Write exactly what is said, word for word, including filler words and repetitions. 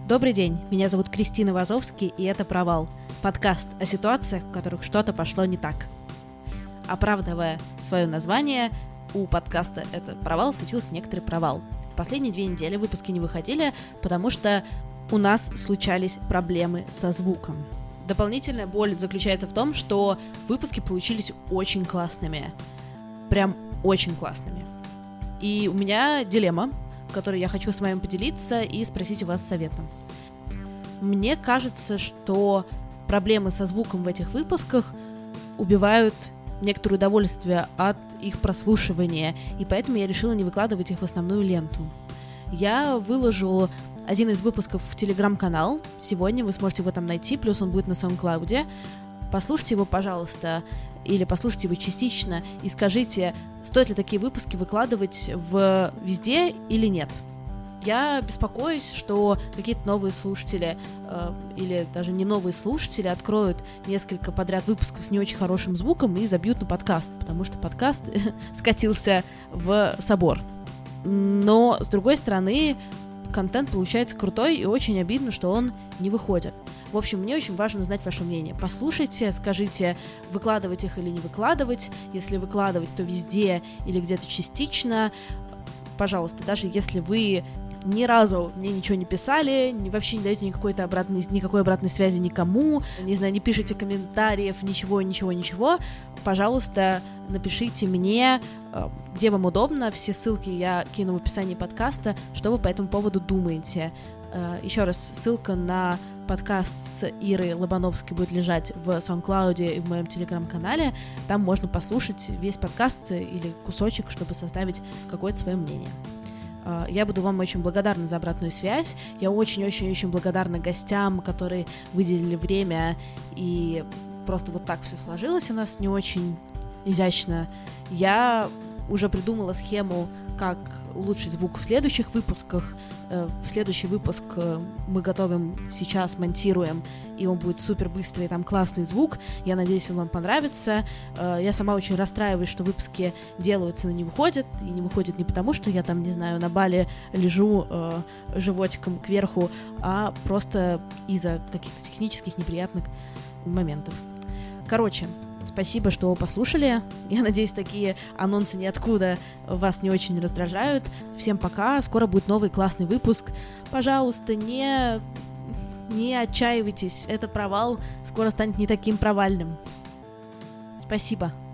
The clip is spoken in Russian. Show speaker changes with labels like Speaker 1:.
Speaker 1: Добрый день, меня зовут Кристина Вазовский, и это «Провал» — подкаст о ситуациях, в которых что-то пошло не так. Оправдывая свое название, у подкаста «Это провал» случился некоторый провал. Последние две недели выпуски не выходили, потому что у нас случались проблемы со звуком. Дополнительная боль заключается в том, что выпуски получились очень классными. Прям очень классными. И у меня дилемма, которой я хочу с вами поделиться и спросить у вас совета. Мне кажется, что проблемы со звуком в этих выпусках убивают некоторое удовольствие от их прослушивания, и поэтому я решила не выкладывать их в основную ленту. Я выложу один из выпусков в Телеграм-канал. Сегодня вы сможете его там найти, плюс он будет на SoundCloud. Послушайте его, пожалуйста, или послушайте его частично и скажите, стоит ли такие выпуски выкладывать в везде или нет. Я беспокоюсь, что какие-то новые слушатели э, или даже не новые слушатели откроют несколько подряд выпусков с не очень хорошим звуком и забьют на подкаст, потому что подкаст скатился в собор. Но, с другой стороны, контент получается крутой, и очень обидно, что он не выходит. В общем, мне очень важно знать ваше мнение. Послушайте, скажите, выкладывать их или не выкладывать. Если выкладывать, то везде или где-то частично. Пожалуйста, даже если вы ни разу мне ничего не писали, вообще не даете никакой, обратной, никакой обратной связи никому, не знаю, не пишите комментариев, ничего, ничего, ничего, пожалуйста, напишите мне, где вам удобно, все ссылки я кину в описании подкаста, что вы по этому поводу думаете. Еще раз, ссылка на подкаст с Ирой Лобановской будет лежать в SoundCloud и в моем Телеграм-канале, там можно послушать весь подкаст или кусочек, чтобы составить какое-то свое мнение. Я буду вам очень благодарна за обратную связь. Я очень-очень-очень благодарна гостям, которые выделили время, и просто вот так все сложилось у нас не очень изящно. Я уже придумала схему, как улучшить звук в следующих выпусках. В следующий выпуск мы готовим сейчас, монтируем, и он будет супер быстрый, там классный звук. Я надеюсь, он вам понравится. Я сама очень расстраиваюсь, что выпуски делаются, но не выходят. И не выходят не потому, что я там, не знаю, на Бали лежу э, животиком кверху, а просто из-за каких-то технических неприятных моментов. Короче, спасибо, что послушали. Я надеюсь, такие анонсы ниоткуда вас не очень раздражают. Всем пока. Скоро будет новый классный выпуск. Пожалуйста, не, не отчаивайтесь. Это провал скоро станет не таким провальным. Спасибо.